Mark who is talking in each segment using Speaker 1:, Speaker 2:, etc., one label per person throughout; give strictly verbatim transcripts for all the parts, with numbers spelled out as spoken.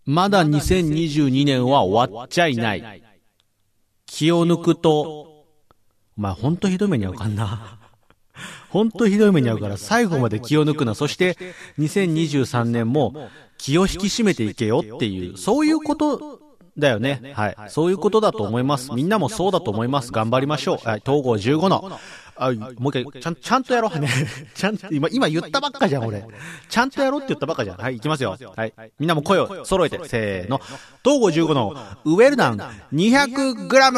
Speaker 1: まだにせんにじゅうにねんは終わっちゃいない。気を抜くと、お前ほんとひどい目に遭うかんな。ほんとひどい目に遭うから最後まで気を抜くな。そしてにせんにじゅうさんねんも気を引き締めていけよっていう、そういうことだよね。はい。そういうことだと思います。みんなもそうだと思います。頑張りましょう。はい。統合じゅうごの。あ、もう一回、ちゃん、ちゃんとやろうね。ちゃんと、今、今言ったばっかじゃん、俺。ちゃんとやろうって言ったばっかじゃん。はい、行きますよ。はい。みんなも声を揃えて、せーの。統合じゅうごのウェルダン にひゃくグラム。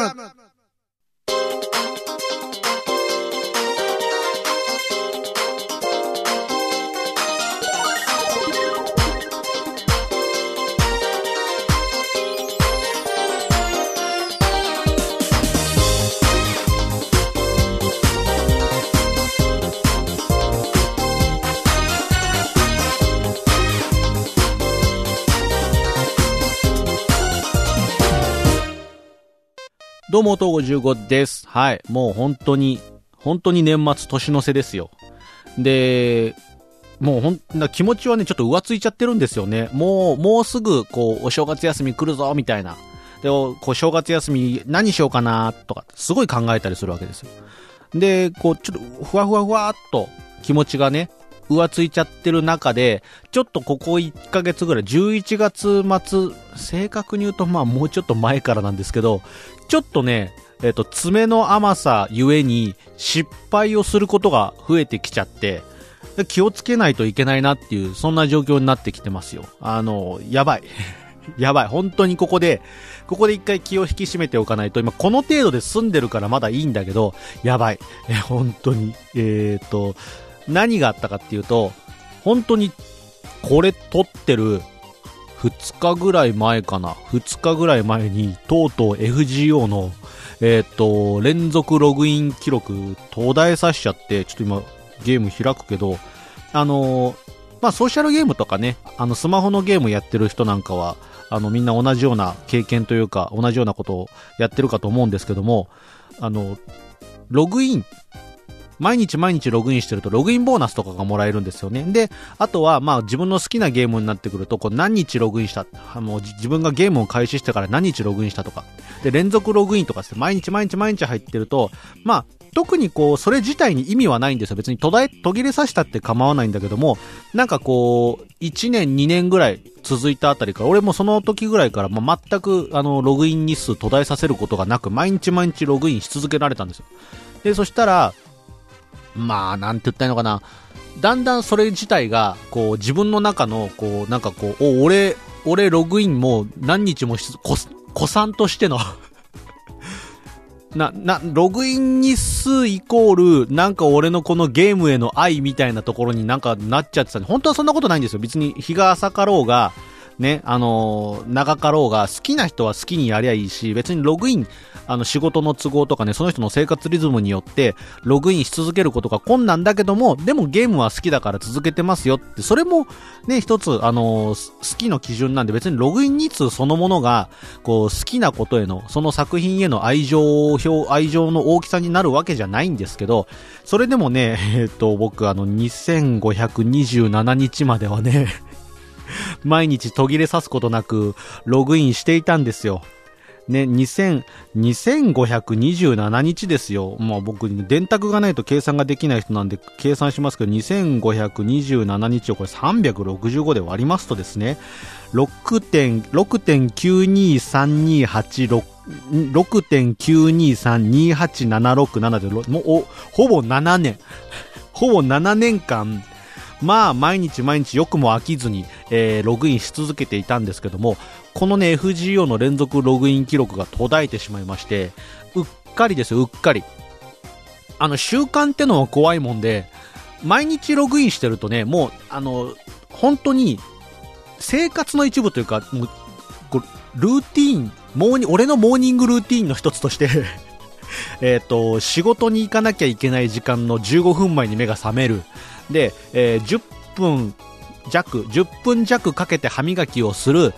Speaker 1: どうも、統合じゅうごです。はい。もう本当に、本当に年末年の瀬ですよ。で、もうほん、気持ちはね、ちょっと浮ついちゃってるんですよね。もう、もうすぐ、こう、お正月休み来るぞ、みたいな。で、こう、正月休み何しようかな、とか、すごい考えたりするわけですよ。で、こう、ちょっと、ふわふわふわっと、気持ちがね、浮ついちゃってる中で、ちょっとここいっかげつぐらい、じゅういちがつ末、正確に言うとまあもうちょっと前からなんですけど、ちょっとね、えっと、爪の甘さゆえに失敗をすることが増えてきちゃって、気をつけないといけないなっていう、そんな状況になってきてますよ。あの、やばい。やばい。本当にここで、ここで一回気を引き締めておかないと、今この程度で済んでるからまだいいんだけど、やばい。え、本当に。えっと、何があったかっていうと、本当にこれ撮ってるふつかぐらい前かな。ふつかぐらい前に、とうとう エフジーオー の、えっと、連続ログイン記録途絶えさせちゃって、ちょっと今ゲーム開くけど、あのー、まあ、ソーシャルゲームとかね、あの、スマホのゲームやってる人なんかは、あの、みんな同じような経験というか、同じようなことをやってるかと思うんですけども、あの、ログイン、毎日毎日ログインしてるとログインボーナスとかがもらえるんですよね。で、あとはまあ自分の好きなゲームになってくると、こう何日ログインした、もう自分がゲームを開始してから何日ログインしたとか、で連続ログインとかして毎日毎日毎日入ってると、まあ特にこうそれ自体に意味はないんですよ。別に途絶え途切れさせたって構わないんだけども、なんかこういちねんにねんぐらい続いたあたりから、俺もその時ぐらいから、まあ、全くあのログイン日数途絶えさせることがなく、毎日毎日ログインし続けられたんですよ。で、そしたらまあ、なんて言ったらいいのかな。だんだんそれ自体が、こう、自分の中の、こう、なんかこう、お、俺、俺、ログインも何日もし、こ、子さんとしてのな、な、ログイン日数イコール、なんか俺のこのゲームへの愛みたいなところになんかなっちゃってたね。本当はそんなことないんですよ。別に日が浅かろうが、ね、あのー、長かろうが、好きな人は好きにやりゃいいし、別にログイン、あの、仕事の都合とかね、その人の生活リズムによって、ログインし続けることが困難だけども、でもゲームは好きだから続けてますよって、それも、ね、一つ、あのー、好きの基準なんで、別にログイン日数そのものが、こう、好きなことへの、その作品への愛情表、愛情の大きさになるわけじゃないんですけど、それでもね、えっと、僕、あの、にせんごひゃくにじゅうななにちまではね、毎日途切れさすことなくログインしていたんですよ。ね、にせん、にせんごひゃくにじゅうななにちですよ。まあ僕、電卓がないと計算ができない人なんで計算しますけど、にせんごひゃくにじゅうななにちをこれさんびゃくろくじゅうごで割りますとですね、ろくてんきゅうにさんにはちろく ろくてんきゅうにさんにはちななろくなな で、もうおほぼななねん。ほぼななねんかん、まあ毎日毎日よくも飽きずに、えー、ログインし続けていたんですけども、このね エフジーオー の連続ログイン記録が途絶えてしまいまして、うっかりですよ、うっかり。あの習慣ってのは怖いもんで、毎日ログインしてるとね、もうあの本当に生活の一部というか、もうこルーティーン、モーニ俺のモーニングルーティーンの一つとしてえっと仕事に行かなきゃいけない時間のじゅうごふんまえに目が覚める。で、えー、じゅっぷんじゃく、じゅっぷんじゃくかけて歯磨きをする。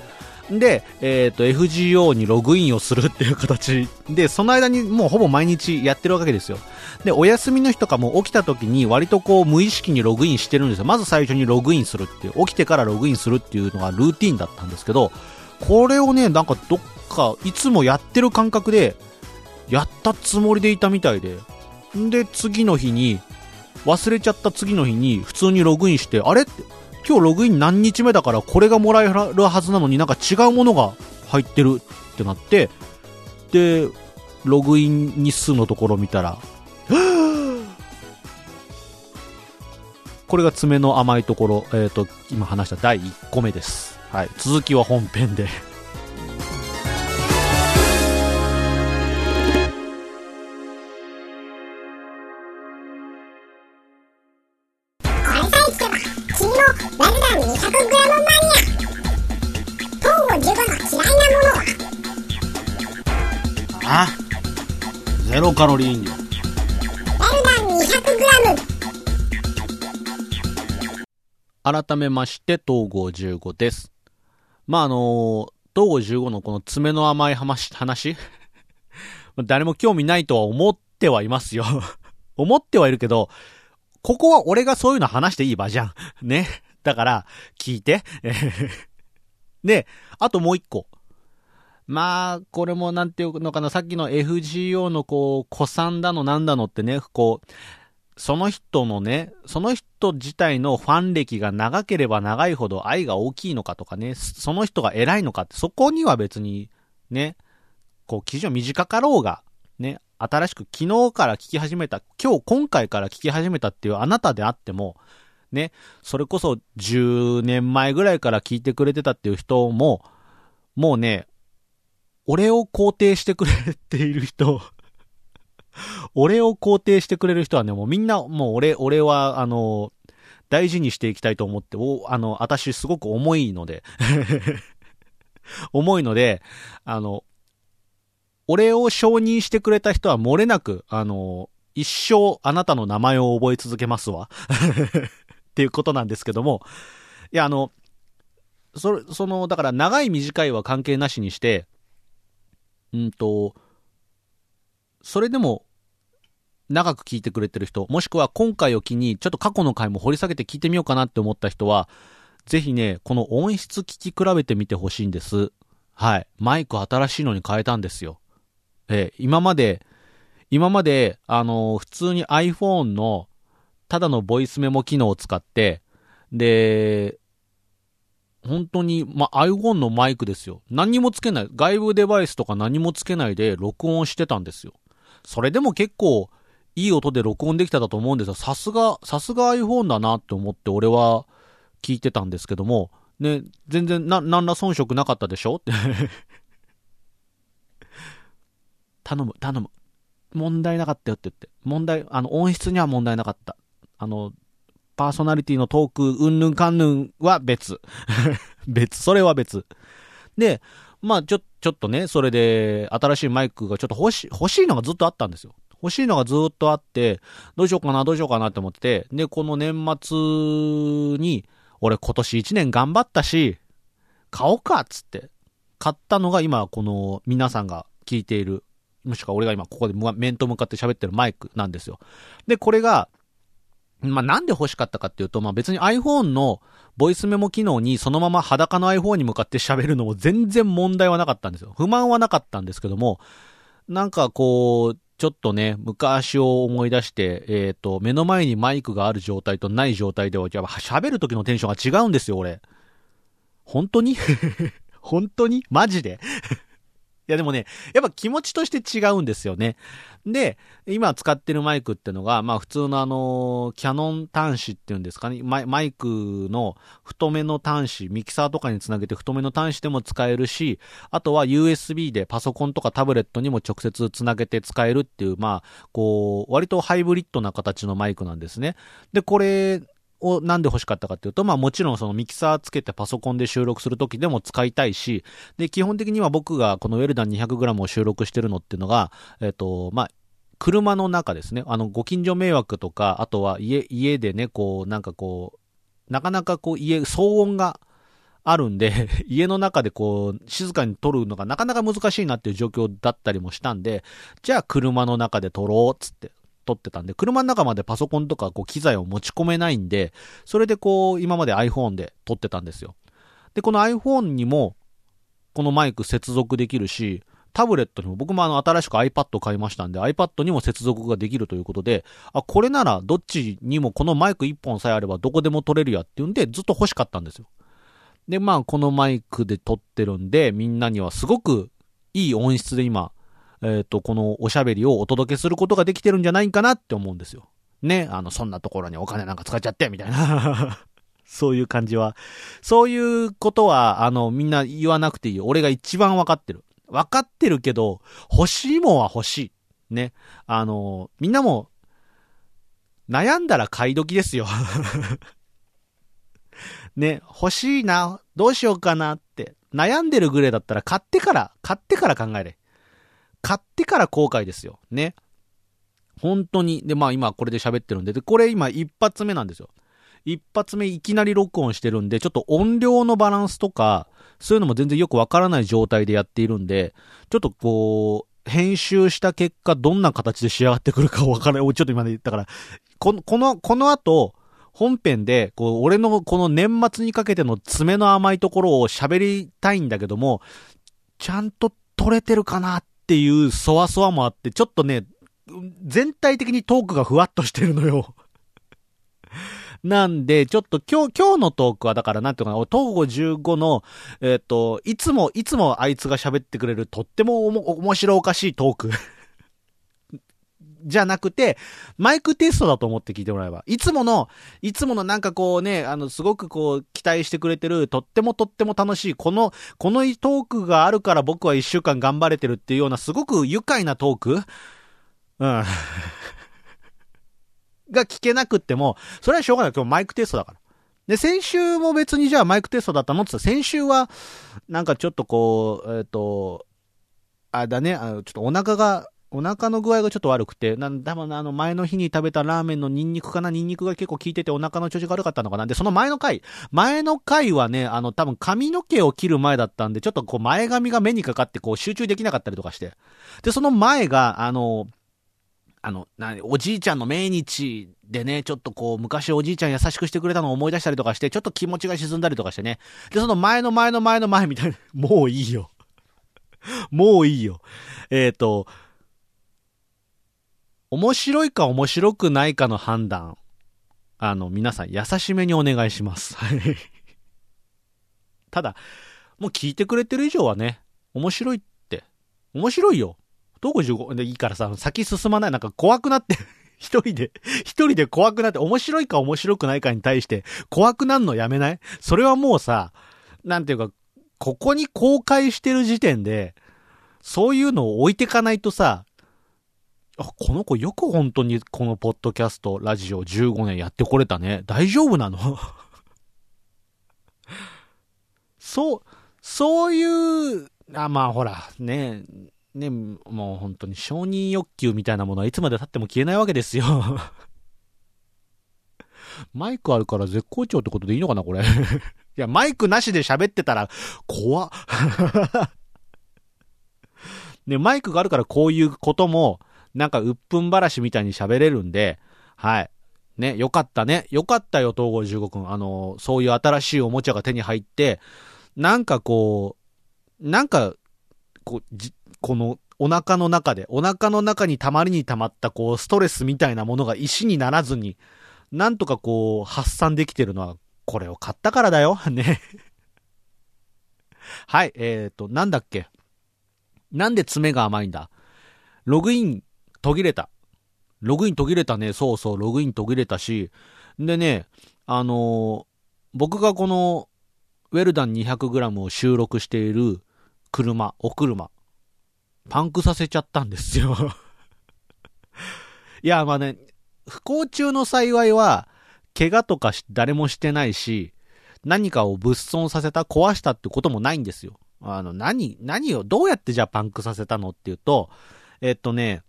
Speaker 1: で、えっと、エフジーオー にログインをするっていう形で、その間にもうほぼ毎日やってるわけですよ。で、お休みの日とかも起きた時に割とこう無意識にログインしてるんですよ。まず最初にログインするっていう、起きてからログインするっていうのがルーティンだったんですけど、これをね、なんかどっかいつもやってる感覚で、やったつもりでいたみたいで、で、次の日に、忘れちゃった次の日に普通にログインして、あれって、今日ログイン何日目だからこれがもらえるはずなのになんか違うものが入ってるってなって、で、ログイン日数のところを見たら、これが爪の甘いところ、えっと、今話しただいいっこめです。はい。続きは本編で。あ、ゼロカロリー飲料。
Speaker 2: ベルダン にひゃくグラム。
Speaker 1: 改めまして東郷じゅうごです。まああのー、東郷じゅうごのこの爪の甘い話誰も興味ないとは思ってはいますよ思ってはいるけど、ここは俺がそういうの話していい場じゃんね。だから聞いてで、あともう一個、まあこれもなんていうのかな、さっきの エフジーオー のこう古参だのなんだのってね、こうその人のね、その人自体のファン歴が長ければ長いほど愛が大きいのかとかね、その人が偉いのかって、そこには別にね、こう記事を短かろうがね、新しく昨日から聞き始めた、今日今回から聞き始めたっていうあなたであってもね、それこそじゅうねんまえぐらいから聞いてくれてたっていう人も、もうね、俺を肯定してくれている人俺を肯定してくれる人はね、もうみんな、もう俺、俺は、あの、大事にしていきたいと思って、お、あの、私すごく重いので、重いので、あの、俺を承認してくれた人は漏れなく、あの、一生あなたの名前を覚え続けますわ。っていうことなんですけども、いや、あの、それ、その、だから長い短いは関係なしにして、うんと、それでも、長く聞いてくれてる人、もしくは今回を機にちょっと過去の回も掘り下げて聞いてみようかなって思った人は、ぜひね、この音質聞き比べてみてほしいんです。はい。マイク新しいのに変えたんですよ。えー、今まで、今まで、あのー、普通に iPhone のただのボイスメモ機能を使って、で、本当に、ま、iPhone のマイクですよ。何にもつけない。外部デバイスとか何もつけないで録音してたんですよ。それでも結構、いい音で録音できただと思うんですよ。さすが、さすが iPhone だなって思って俺は聞いてたんですけども、ね、全然な、なんら遜色なかったでしょって頼む、頼む。問題なかったよって言って。問題、あの、音質には問題なかった。あの、パーソナリティのトーク、うんぬんかんぬんは別。別、それは別。で、まあちょ、ちょっとね、それで、新しいマイクがちょっと欲しい、欲しいのがずっとあったんですよ。欲しいのがずっとあって、どうしようかな、どうしようかなって思ってて、で、この年末に、俺今年いちねん頑張ったし、買おうかっつって、買ったのが今、この皆さんが聞いている、もしくは俺が今ここで面と向かって喋ってるマイクなんですよ。で、これが、まあ、なんで欲しかったかっていうと、まあ、別に iPhone のボイスメモ機能にそのまま裸の iPhone に向かって喋るのも全然問題はなかったんですよ。不満はなかったんですけども、なんかこう、ちょっとね、昔を思い出して、えっと、目の前にマイクがある状態とない状態では、やっぱ喋る時のテンションが違うんですよ、俺。本当に本当にマジでいやでもね、やっぱ気持ちとして違うんですよね。で、今使ってるマイクってのが、まあ普通のあの、キャノン端子っていうんですかね、マイ、マイクの太めの端子、ミキサーとかにつなげて太めの端子でも使えるし、あとは ユーエスビー でパソコンとかタブレットにも直接つなげて使えるっていう、まあ、こう、割とハイブリッドな形のマイクなんですね。で、これ、をなんで欲しかったかっていうと、まあもちろんそのミキサーつけてパソコンで収録するときでも使いたいし、で、基本的には僕がこのウェルダン にひゃくグラム を収録してるのっていうのが、えっと、まあ、車の中ですね。あの、ご近所迷惑とか、あとは家、家でね、こう、なんかこう、なかなかこう家、騒音があるんで、家の中でこう、静かに撮るのがなかなか難しいなっていう状況だったりもしたんで、じゃあ車の中で撮ろうっつって撮ってたんで、車の中までパソコンとかこう機材を持ち込めないんで、それでこう、今まで iPhone で撮ってたんですよ。で、この iPhone にも、このマイク接続できるし、タブレットにも、僕もあの新しく iPad を買いましたんで iPad にも接続ができるということで、あ、これならどっちにもこのマイクいっぽんさえあればどこでも撮れるやっていうんでずっと欲しかったんですよ。で、まあこのマイクで撮ってるんで、みんなにはすごくいい音質で今、えっと、このおしゃべりをお届けすることができてるんじゃないかなって思うんですよ。ね、あの、そんなところにお金なんか使っちゃって、みたいな。そういう感じは。そういうことは、あの、みんな言わなくていいよ。俺が一番わかってる。わかってるけど、欲しいもんは欲しい。ね。あの、みんなも、悩んだら買い時ですよ。ね、欲しいな、どうしようかなって。悩んでるぐらいだったら買ってから、買ってから考えれ。買ってから後悔ですよ。ね。本当に。で、まあ今これで喋ってるんで、で、これ今一発目なんですよ。一発目いきなり録音してるんで、ちょっと音量のバランスとか、そういうのも全然よくわからない状態でやっているんで、ちょっとこう、編集した結果どんな形で仕上がってくるかわからない。ちょっと今ね、だから、この、この、この後、本編で、こう、俺のこの年末にかけての爪の甘いところを喋りたいんだけども、ちゃんと撮れてるかなっていうそわそわもあって、ちょっとね、全体的にトークがふわっとしてるのよ。なんで、ちょっと今日、今日のトークはだからなんていうかな、東郷じゅうごの、えっと、いつも、いつもあいつが喋ってくれるとってもおも面白おかしいトーク。じゃなくて、マイクテストだと思って聞いてもらえば。いつもの、いつものなんかこうね、あの、すごくこう、期待してくれてる、とってもとっても楽しい、この、このトークがあるから僕は一週間頑張れてるっていうような、すごく愉快なトークうん。が聞けなくっても、それはしょうがない。今日マイクテストだから。で、先週も別にじゃあマイクテストだったのって言ったら、先週は、なんかちょっとこう、えっと、あ、だね、あのちょっとお腹が、お腹の具合がちょっと悪くて、なんだもあの前の日に食べたラーメンのニンニクかな、ニンニクが結構効いててお腹の調子が悪かったのかな。で、その前の回、前の回はね、あの多分髪の毛を切る前だったんで、ちょっとこう前髪が目にかかってこう集中できなかったりとかして。で、その前が、あの、あの、な、おじいちゃんの命日でね、ちょっとこう、昔おじいちゃん優しくしてくれたのを思い出したりとかして、ちょっと気持ちが沈んだりとかしてね。で、その前の前の前の前みたいな、もういいよ。もういいよ。えっと、面白いか面白くないかの判断、あの、皆さん優しめにお願いします。はい。ただ、もう聞いてくれてる以上はね、面白いって、面白いよ。東郷じゅうごでいいからさ、先進まない。なんか怖くなって、一人で、一人で怖くなって、面白いか面白くないかに対して、怖くなるのやめない？それはもうさ、なんていうか、ここに公開してる時点で、そういうのを置いてかないとさ、あ、この子よく本当にこのポッドキャスト、ラジオじゅうごねんやってこれたね。大丈夫なの？そう、そういう、あ、まあほら、ね、ね、もう本当に承認欲求みたいなものはいつまで経っても消えないわけですよ。マイクあるから絶好調ってことでいいのかなこれ。いや、マイクなしで喋ってたら怖っ。ね、マイクがあるからこういうこともなんかうっぷんばらしみたいに喋れるんで、はい。ね、よかったね。よかったよ、東郷じゅうごくん。あの、そういう新しいおもちゃが手に入って、なんかこう、なんか、こう、じ、このお腹の中で、お腹の中にたまりにたまったこう、ストレスみたいなものが石にならずに、なんとかこう、発散できてるのは、これを買ったからだよ。ね。はい、えーと、なんだっけ。なんで爪が甘いんだ？ログイン途切れた。ログイン途切れたね。そうそう、ログイン途切れたし。でね、あのー、僕がこの、ウェルダン にひゃくグラム を収録している車、お車、パンクさせちゃったんですよ。いや、まあね、不幸中の幸いは、怪我とか誰もしてないし、何かを物損させた、壊したってこともないんですよ。あの、何、何を、どうやってじゃあパンクさせたのっていうと、えっとね、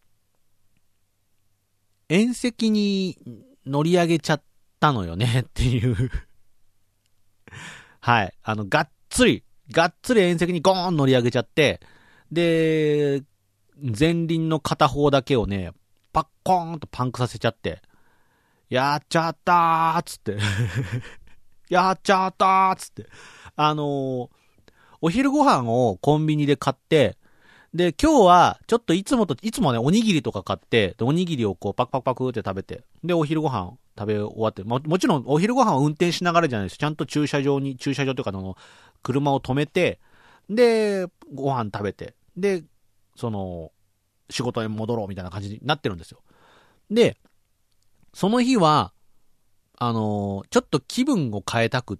Speaker 1: 縁石に乗り上げちゃったのよねっていう。 はい。あの、がっつり、がっつり縁石にゴーン乗り上げちゃって、で、前輪の片方だけをね、パッコーンとパンクさせちゃって、やっちゃったーっつって。やっちゃったーっつって。あのー、お昼ご飯をコンビニで買って、で、今日は、ちょっといつもと、いつもね、おにぎりとか買って、でおにぎりをこう、パクパクパクって食べて、で、お昼ご飯食べ終わって、も、もちろん、お昼ご飯を運転しながらじゃないです。ちゃんと駐車場に、駐車場というか、あの、車を止めて、で、ご飯食べて、で、その、仕事へ戻ろうみたいな感じになってるんですよ。で、その日は、あのー、ちょっと気分を変えたくって、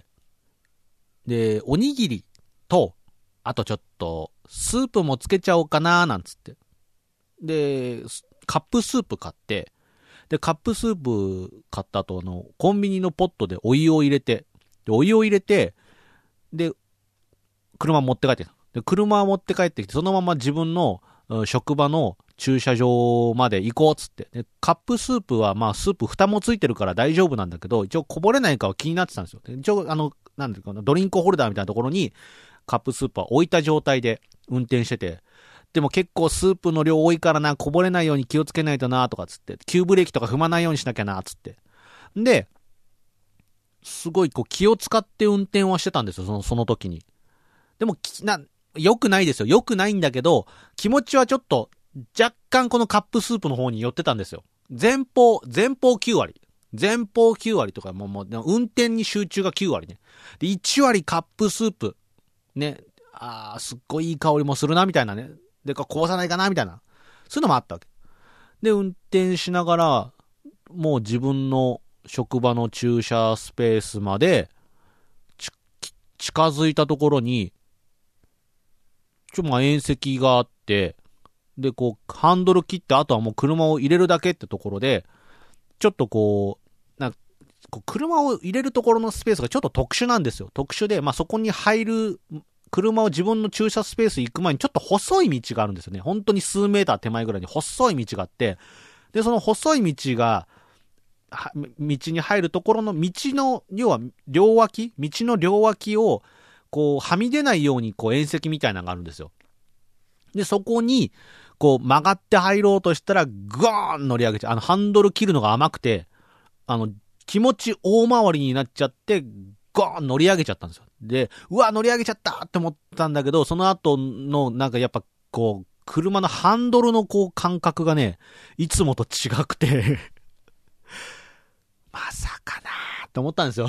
Speaker 1: で、おにぎりと、あとちょっと、スープもつけちゃおうかなーなんつって。で、カップスープ買って、で、カップスープ買った後、あの、コンビニのポットでお湯を入れて、で、お湯を入れて、で、車持って帰ってきた。で、車を持って帰ってきて、そのまま自分の職場の駐車場まで行こうっつって。で、カップスープは、まあ、スープ蓋もついてるから大丈夫なんだけど、一応こぼれないかは気になってたんですよ。で一応、あの、なんていうかな、ドリンクホルダーみたいなところに、カップスープは置いた状態で運転してて、でも結構スープの量多いからな、こぼれないように気をつけないとな、とかつって、急ブレーキとか踏まないようにしなきゃな、つって。で、すごいこう気を使って運転はしてたんですよ、その、その時に。でも、な、良くないですよ。良くないんだけど、気持ちはちょっと、若干このカップスープの方に寄ってたんですよ。前方、前方きゅう割。前方きゅう割とか、もう、もう、運転に集中がきゅう割ね。で、いち割カップスープ。ね。あー、すっごいいい香りもするな、みたいなね。で、こぼさないかな、みたいな。そういうのもあったわけ。で、運転しながら、もう自分の職場の駐車スペースまで、ち、近づいたところに、ちょ、まあ、縁石があって、で、こう、ハンドル切って、あとはもう車を入れるだけってところで、ちょっとこう、なんか、こう車を入れるところのスペースがちょっと特殊なんですよ。特殊で、まあ、そこに入る、車を自分の駐車スペース行く前にちょっと細い道があるんですよね。本当に数メーター手前ぐらいに細い道があって、で、その細い道が、道に入るところの道の、要は両脇、道の両脇を、こう、はみ出ないように、こう、縁石みたいなのがあるんですよ。で、そこに、こう、曲がって入ろうとしたら、ゴーン乗り上げて、あの、ハンドル切るのが甘くて、あの、気持ち大回りになっちゃって、ゴーン乗り上げちゃったんですよ。で、うわ、乗り上げちゃったって思ったんだけど、その後の、なんかやっぱ、こう、車のハンドルのこう、感覚がね、いつもと違くて、まさかなーって思ったんですよ。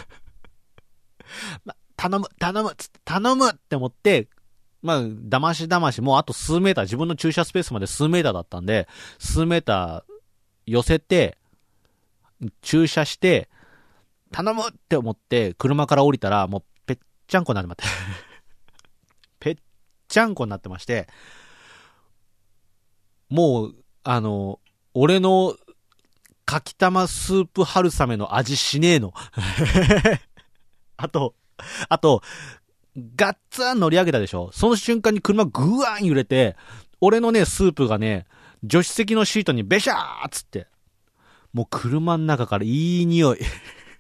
Speaker 1: ま、頼む、頼む、頼むって思って、まあ、だましだまし、もうあと数メーター、自分の駐車スペースまで数メーターだったんで、数メーター寄せて、駐車して、頼むって思って、車から降りたら、もう、ぺっちゃんこになってまって。ぺっちゃんこになってまして、もう、あの、俺の、かきたまスープ春雨の味しねえの。あと、あと、ガッツン乗り上げたでしょ。その瞬間に車グワーン揺れて、俺のね、スープがね、助手席のシートにベシャーっつって、もう車の中からいい匂い。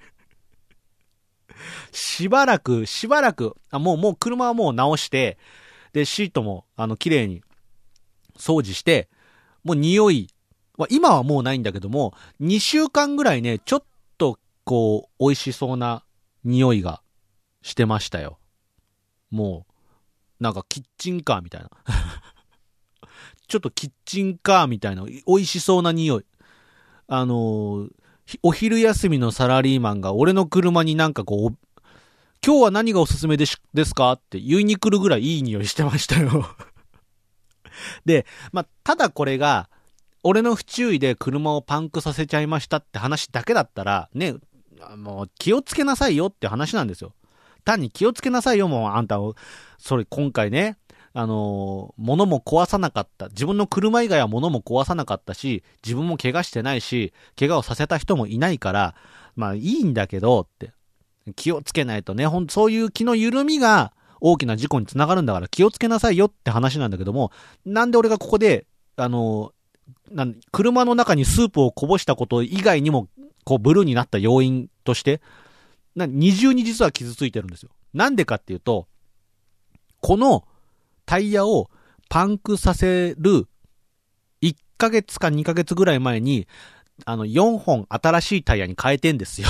Speaker 1: しばらく、しばらく、あ、もう、もう車はもう直して、で、シートも、あの、綺麗に掃除して、もう匂い、今はもうないんだけども、にしゅうかんぐらいね、ちょっと、こう、美味しそうな匂いがしてましたよ。もう、なんかキッチンカーみたいな。ちょっとキッチンカーみたいな、美味しそうな匂い。あのー、お昼休みのサラリーマンが俺の車になんかこう、今日は何がおすすめでしですかって言いに来るぐらいいい匂いしてましたよ。で、まあ、ただこれが、俺の不注意で車をパンクさせちゃいましたって話だけだったら、ね、もう気をつけなさいよって話なんですよ。単に気をつけなさいよ、もうあんたを。それ今回ね、あのー、物も壊さなかった。自分の車以外は物も壊さなかったし、自分も怪我してないし、怪我をさせた人もいないから、まあいいんだけどって。気をつけないとね、ほんとそういう気の緩みが大きな事故につながるんだから気をつけなさいよって話なんだけども、なんで俺がここで、あのー、なん車の中にスープをこぼしたこと以外にも、こうブルーになった要因として、 な二重に実は傷ついてるんですよ。なんでかっていうと、このタイヤをパンクさせるいっかげつかにかげつぐらい前に、あの、よんほん新しいタイヤに変えてんですよ。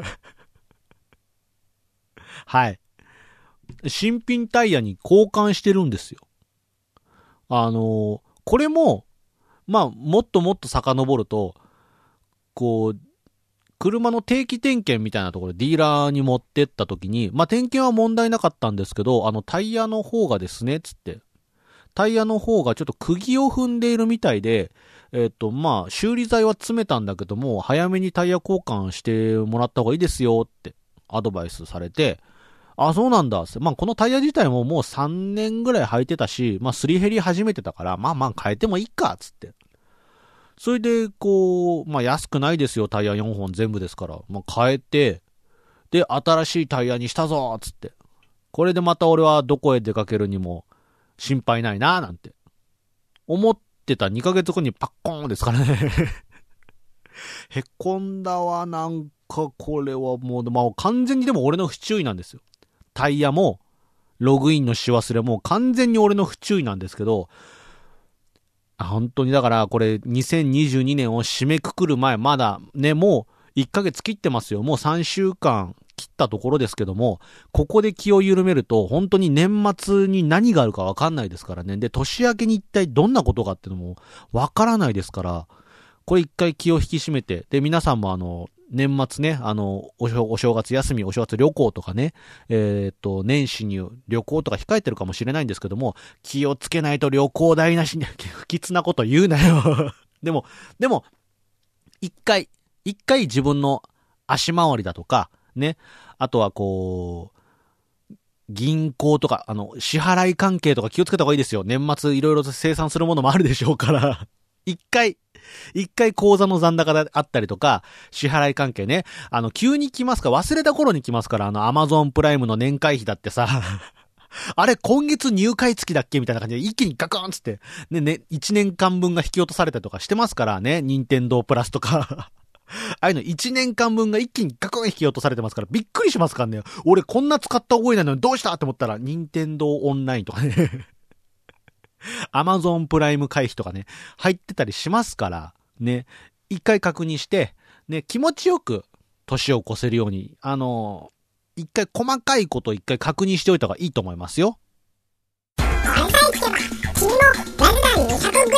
Speaker 1: はい。新品タイヤに交換してるんですよ。あの、これも、まあ、もっともっと遡ると、こう、車の定期点検みたいなところでディーラーに持ってった時に、まあ、点検は問題なかったんですけど、あの、タイヤの方がですね、つって、タイヤの方がちょっと釘を踏んでいるみたいで、えっと、まあ、修理剤は詰めたんだけども、早めにタイヤ交換してもらった方がいいですよってアドバイスされて、あ、そうなんだ。まあ、このタイヤ自体ももうさんねんぐらい履いてたし、まあ、すり減り始めてたから、まあまあ変えてもいいか、つって。それで、こう、まあ、安くないですよ、タイヤよんほん全部ですから。まあ、変えて、で、新しいタイヤにしたぞ、つって。これでまた俺はどこへ出かけるにも心配ないな、なんて。思ってたにかげつごにパッコーンですからね。へこんだわ、なんかこれはもう、まあ、完全にでも俺の不注意なんですよ。タイヤも、ログインのし忘れも完全に俺の不注意なんですけど、本当にだからこれにせんにじゅうにねんを締めくくる前、まだね、もういっかげつ切ってますよ。もうさんしゅうかん切ったところですけども、ここで気を緩めると本当に年末に何があるか分かんないですからね。で、年明けに一体どんなことがっていうのも分からないですから、これ一回気を引き締めて、で、皆さんもあの、年末ね、あの、お正、お正月休み、お正月旅行とかね、えっと、年始に旅行とか控えてるかもしれないんですけども、気をつけないと旅行代なしに、不吉なこと言うなよ。でも、でも、一回、一回自分の足回りだとか、ね、あとはこう、銀行とか、あの、支払い関係とか気をつけた方がいいですよ。年末いろいろ生産するものもあるでしょうから。一回、一回口座の残高であったりとか、支払い関係ね、あの、急に来ますから、忘れた頃に来ますから、あの、アマゾンプライムの年会費だってさ、あれ、今月入会月だっけみたいな感じで、一気にガクーンつって、ね、ね、一年間分が引き落とされたりとかしてますからね、任天堂プラスとか。ああいうの一年間分が一気にガクン引き落とされてますから、びっくりしますからね。俺こんな使った覚えないのにどうしたって思ったら、任天堂オンラインとかね。アマゾンプライム会費とかね、入ってたりしますから、ね、一回確認して、ね、気持ちよく年を越せるように、あのー、一回細かいこと一回確認しておいた方がいいと思いますよ。
Speaker 2: これさえ聞けば、君もラルダン にひゃくグラム マニ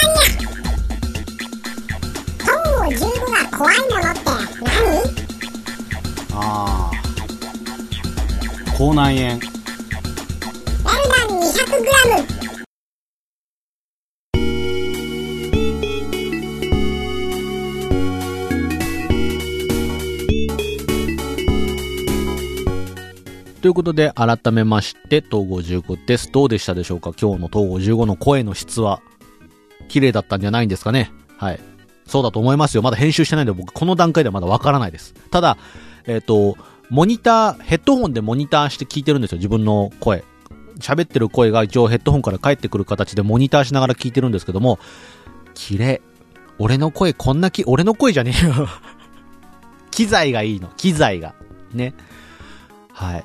Speaker 2: ア。トンゴじゅうごが怖いものって何？
Speaker 3: あー、口内炎。
Speaker 2: ラルダン にひゃくグラム。
Speaker 1: ということで、改めまして、東郷じゅうごです。どうでしたでしょうか？今日の東郷じゅうごの声の質は、綺麗だったんじゃないんですかね？はい。そうだと思いますよ。まだ編集してないんで、僕、この段階ではまだわからないです。ただ、えっと、モニター、ヘッドホンでモニターして聞いてるんですよ、自分の声。喋ってる声が一応ヘッドホンから返ってくる形でモニターしながら聞いてるんですけども、綺麗。俺の声こんなき、俺の声じゃねえよ。機材がいいの。機材が。ね。はい。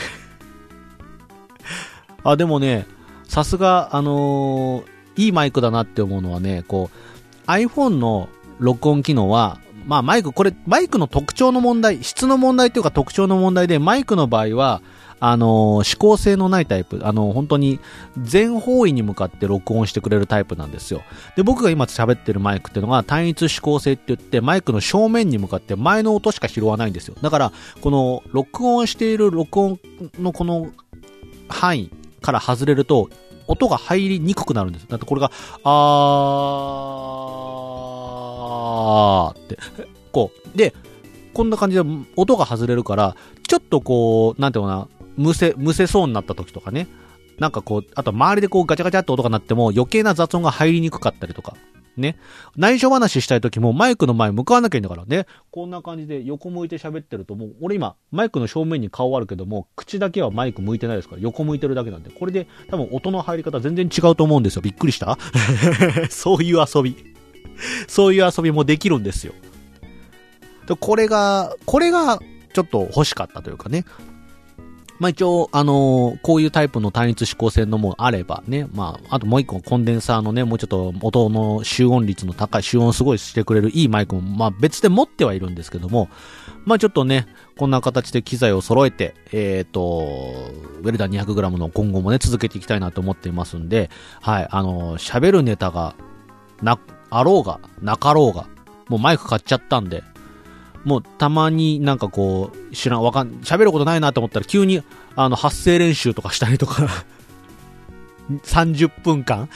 Speaker 1: あ、でもね、さすが、あのー、いいマイクだなって思うのはね、こう、iPhone の録音機能は、まあマイク、これ、マイクの特徴の問題、質の問題というか特徴の問題で、マイクの場合は、あのー、指向性のないタイプ、あのー、本当に全方位に向かって録音してくれるタイプなんですよ。で、僕が今喋ってるマイクっていうのが単一指向性って言って、マイクの正面に向かって前の音しか拾わないんですよ。だから、この録音している録音のこの範囲から外れると、音が入りにくくなるんです。だってこれが、あーって、こう。で、こんな感じで音が外れるから、ちょっとこう、なんていうのかな、むせ、むせそうになった時とかね。なんかこう、あと周りでこうガチャガチャって音が鳴っても余計な雑音が入りにくかったりとか。ね。内緒話したい時もマイクの前向かわなきゃいいんだからね。こんな感じで横向いて喋ってるともう、俺今、マイクの正面に顔あるけども、口だけはマイク向いてないですから、横向いてるだけなんで。これで多分音の入り方全然違うと思うんですよ。びっくりしたそういう遊び。そういう遊びもできるんですよ。これが、これがちょっと欲しかったというかね。まあ一応、あのー、こういうタイプの単一指向性のもあればね、まあ、あともう一個コンデンサーのね、もうちょっと音の集音率の高い、集音すごいしてくれるいいマイクも、まあ別で持ってはいるんですけども、まあちょっとね、こんな形で機材を揃えて、えっと、ウェルダン にひゃくグラム の今後もね、続けていきたいなと思っていますんで、はい、あのー、喋るネタが、な、あろうが、なかろうが、もうマイク買っちゃったんで、もうたまになんかこう、知らん、わかん、喋ることないなと思ったら急にあの発声練習とかしたりとか、さんじゅっぷんかん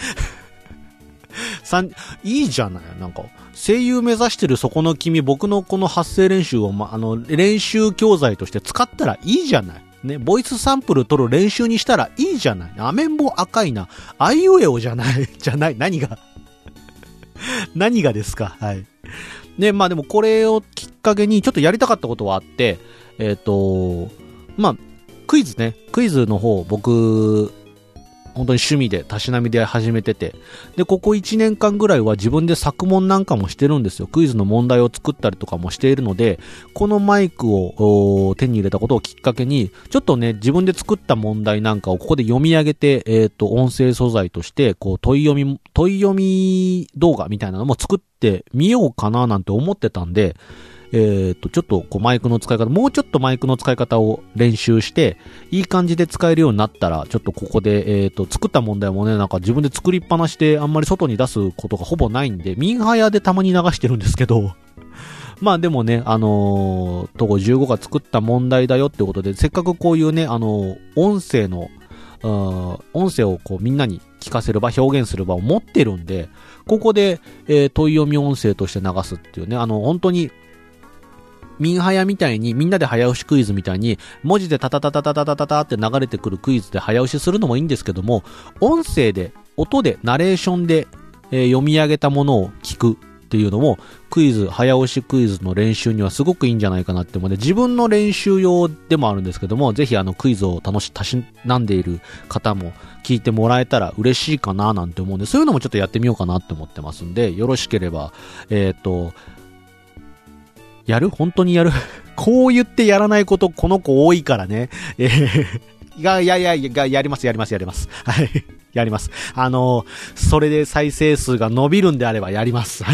Speaker 1: いいじゃない、なんか、声優目指してるそこの君、僕のこの発声練習を、ま、あの、練習教材として使ったらいいじゃない。ね、ボイスサンプル取る練習にしたらいいじゃない。アメンボ赤いな。あいうえおじゃない、じゃない、何が何がですか、はい。で、まあでもこれをきっかけにちょっとやりたかったことはあって、えっと、まあ、クイズね、クイズの方僕、本当に趣味で、たしなみで始めてて、で、ここいちねんかんぐらいは自分で作問なんかもしてるんですよ。クイズの問題を作ったりとかもしているので、このマイクを手に入れたことをきっかけに、ちょっとね、自分で作った問題なんかをここで読み上げて、えっと、音声素材として、こう、問い読み、問い読み動画みたいなのも作ってみようかななんて思ってたんで、えっと、ちょっとこうマイクの使い方、もうちょっとマイクの使い方を練習して、いい感じで使えるようになったら、ちょっとここで、えっと、作った問題もね、なんか自分で作りっぱなしであんまり外に出すことがほぼないんで、ミンハヤでたまに流してるんですけど、まあでもね、あのー、トゴじゅうごが作った問題だよってことで、せっかくこういうね、あのー、音声の、音声をこうみんなに聞かせる場、表現する場を持ってるんで、ここで、えー、問い読み音声として流すっていうね、あの、本当に、ミンハヤみたいに、みんなで早押しクイズみたいに、文字でタタタタタタタタタって流れてくるクイズで早押しするのもいいんですけども、音声で、音で、ナレーションで、えー、読み上げたものを聞くっていうのも、クイズ、早押しクイズの練習にはすごくいいんじゃないかなって思うので、自分の練習用でもあるんですけども、ぜひあのクイズを楽し、たしなんでいる方も聞いてもらえたら嬉しいかななんて思うんで、そういうのもちょっとやってみようかなって思ってますんで、よろしければ、えっと、やる？本当にやる？こう言ってやらないこと、この子多いからね。えー、いやいやいやいや、やります、やります、やります。はい。やります。あのー、それで再生数が伸びるんであればやります。はい。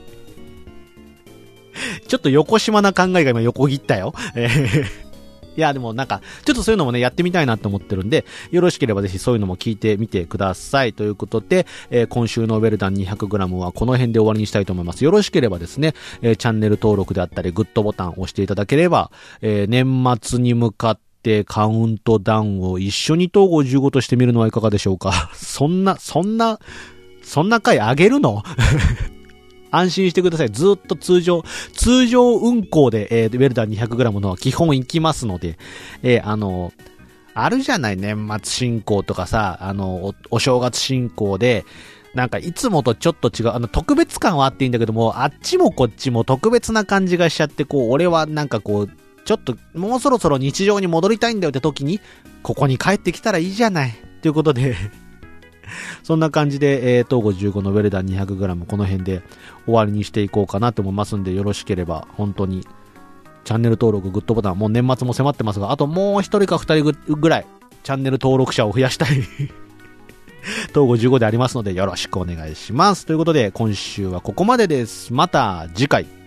Speaker 1: ちょっと横島な考えが今横切ったよ。えーいや、でもなんか、ちょっとそういうのもね、やってみたいなと思ってるんで、よろしければぜひそういうのも聞いてみてください。ということで、えー、今週のウェルダン にひゃくグラム はこの辺で終わりにしたいと思います。よろしければですね、えー、チャンネル登録であったり、グッドボタンを押していただければ、えー、年末に向かってカウントダウンを一緒に統合じゅうごとしてみるのはいかがでしょうか。そんな、そんな、そんな回あげるの安心してください。ずっと通常、通常運行で、えー、ウェルダン にひゃくグラム のは基本行きますので、えー、あの、あるじゃない、年末進行とかさ、あの、お、お正月進行で、なんかいつもとちょっと違う、あの、特別感はあっていいんだけども、あっちもこっちも特別な感じがしちゃって、こう、俺はなんかこう、ちょっと、もうそろそろ日常に戻りたいんだよって時に、ここに帰ってきたらいいじゃない。ということで、そんな感じで、えー、統合じゅうごのウェルダン にひゃくグラム この辺で終わりにしていこうかなと思いますんで、よろしければ本当にチャンネル登録、グッドボタン、もう年末も迫ってますが、あともう一人か二人ぐらいチャンネル登録者を増やしたい統合じゅうごでありますので、よろしくお願いします。ということで今週はここまでです。また次回。